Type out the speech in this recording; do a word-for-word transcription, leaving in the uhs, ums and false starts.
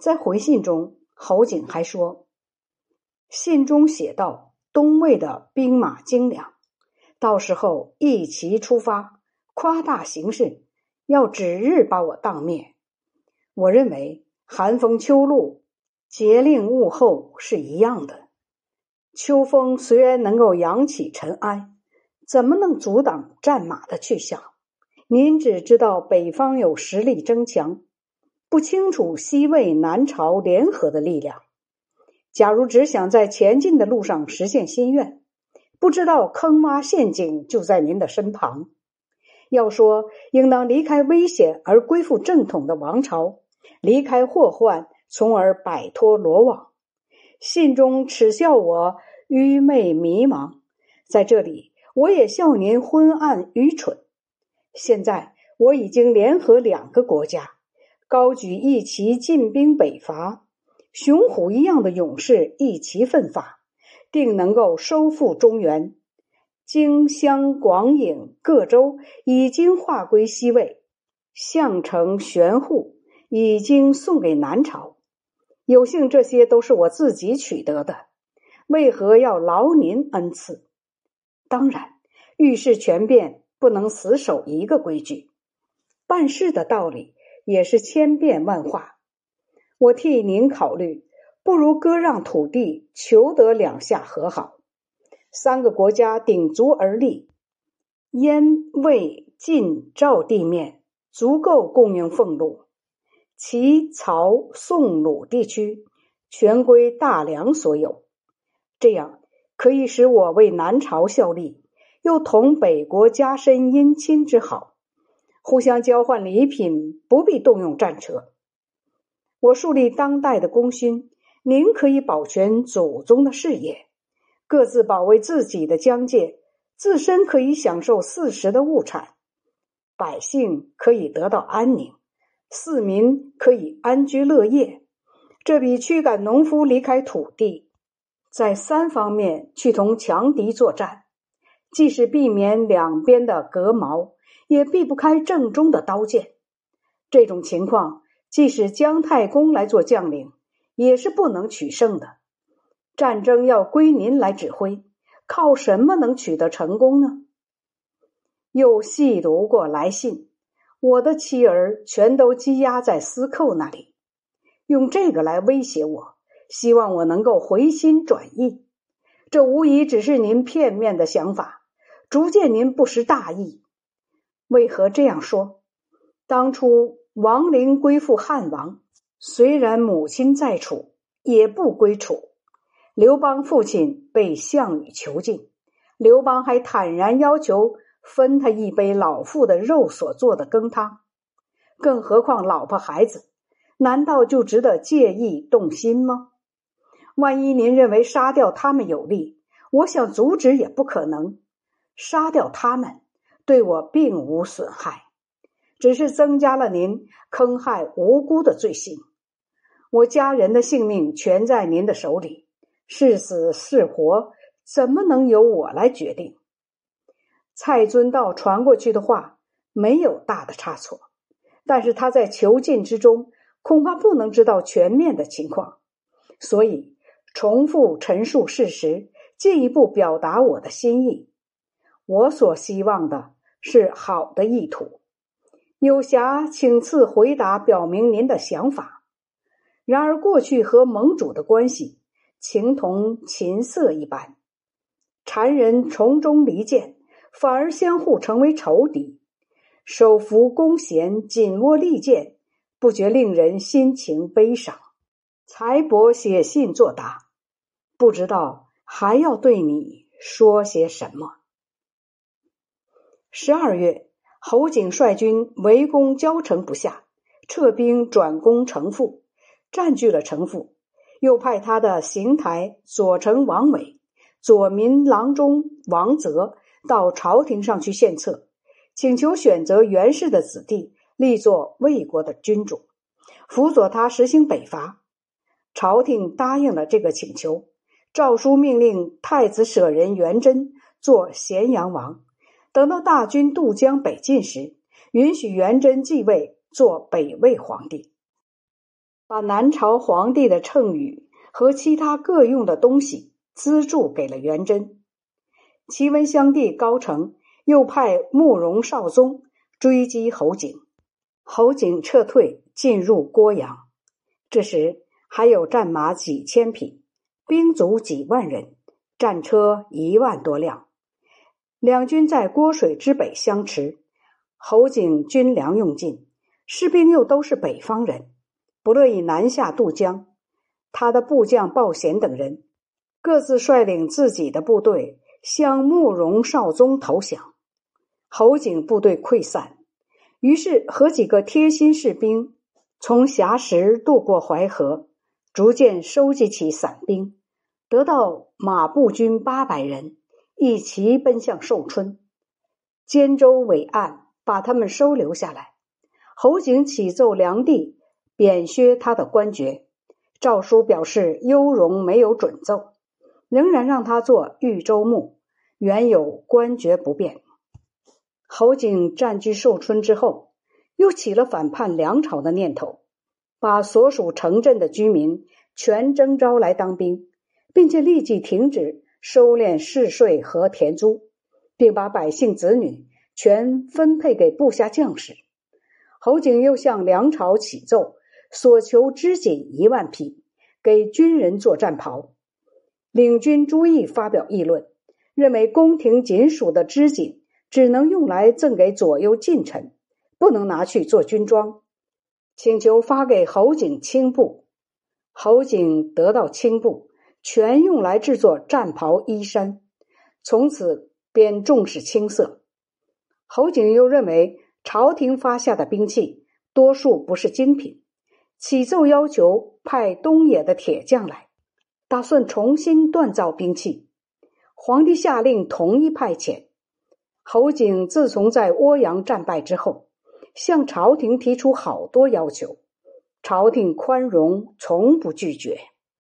在回信中，侯景还说，信中写道，东魏的兵马精良，到时候一齐出发，夸大形势，要指日把我当灭。我认为寒风秋露，节令物候是一样的。秋风虽然能够扬起尘埃，怎么能阻挡战马的去向？您只知道北方有实力增强，不清楚西魏南朝联合的力量。假如只想在前进的路上实现心愿，不知道坑洼陷阱就在您的身旁。要说应当离开危险而归附正统的王朝，离开祸患，从而摆脱罗网。信中耻笑我愚昧迷茫，在这里我也笑您昏暗愚蠢。现在我已经联合两个国家，高举一旗进兵北伐，雄虎一样的勇士一齐奋发，定能够收复中原。荆襄广颍各州已经划归西魏，项城玄户已经送给南朝。有幸这些都是我自己取得的，为何要劳您恩赐？当然，遇事权变不能死守一个规矩，办事的道理也是千变万化。我替您考虑，不如割让土地，求得两下和好。三个国家鼎足而立，燕魏晋赵地面足够供应俸禄，齐曹宋鲁地区全归大梁所有。这样可以使我为南朝效力，又同北国加深姻亲之好，互相交换礼品，不必动用战车。我树立当代的功勋，您可以保全祖宗的事业，各自保卫自己的疆界，自身可以享受四时的物产，百姓可以得到安宁，四民可以安居乐业。这比驱赶农夫离开土地，在三方面去同强敌作战，既是避免两边的隔矛，也避不开正中的刀剑。这种情况，即使姜太公来做将领，也是不能取胜的。战争要归您来指挥，靠什么能取得成功呢？又细读过来信，我的妻儿全都积压在司寇那里，用这个来威胁我，希望我能够回心转意。这无疑只是您片面的想法，逐渐您不识大义。为何这样说？当初王陵归附汉王，虽然母亲在楚，也不归楚。刘邦父亲被项羽囚禁，刘邦还坦然要求分他一杯老妇的肉所做的羹汤。更何况老婆孩子，难道就值得介意动心吗？万一您认为杀掉他们有利，我想阻止也不可能。杀掉他们对我并无损害，只是增加了您坑害无辜的罪行。我家人的性命全在您的手里，是死是活，怎么能由我来决定？蔡遵道传过去的话没有大的差错，但是他在囚禁之中恐怕不能知道全面的情况，所以重复陈述事实，进一步表达我的心意。我所希望的是好的意图，有暇请赐回答表明您的想法。然而过去和盟主的关系情同琴瑟一般，谗人从中离间，反而相互成为仇敌，手扶弓弦，紧握利剑，不觉令人心情悲伤。财帛写信作答，不知道还要对你说些什么。十二月，侯景率军围攻交城不下，撤兵转攻城父，占据了城父，又派他的行台左丞王伟、左民郎中王泽到朝廷上去献策，请求选择袁氏的子弟立作魏国的君主，辅佐他实行北伐。朝廷答应了这个请求，诏书命令太子舍人元贞做咸阳王，等到大军渡江北进时，允许元贞继位做北魏皇帝。 把南朝皇帝的乘舆和其他各用的东西资助给了元贞。齐文襄帝高澄又派慕容绍宗追击侯景，侯景撤退进入郭阳。这时还有战马几千匹，兵卒几万人，战车一万多辆。两军在郭水之北相持，侯景军粮用尽，士兵又都是北方人，不乐意南下渡江。他的部将鲍显等人各自率领自己的部队向慕容绍宗投降。侯景部队溃散，于是和几个贴心士兵从硖石渡过淮河，逐渐收集起散兵，得到马步军八百人，一齐奔向寿春。监州伟岸把他们收留下来。侯景启奏梁帝，贬削他的官爵。诏书表示幽容没有准奏，仍然让他做豫州牧，原有官爵不变。侯景占据寿春之后，又起了反叛梁朝的念头，把所属城镇的居民全征召来当兵，并且立即停止收敛市税和田租，并把百姓子女全分配给部下将士。侯景又向梁朝启奏，所求织锦一万匹，给军人做战袍。领军朱毅发表议论，认为宫廷仅属的织锦只能用来赠给左右近臣，不能拿去做军装，请求发给侯景青布。侯景得到青布，全用来制作战袍衣衫，从此便重视青色。侯景又认为朝廷发下的兵器多数不是精品，启奏要求派东野的铁匠来，打算重新锻造兵器。皇帝下令同意派遣。侯景自从在涡阳战败之后，向朝廷提出好多要求，朝廷宽容，从不拒绝。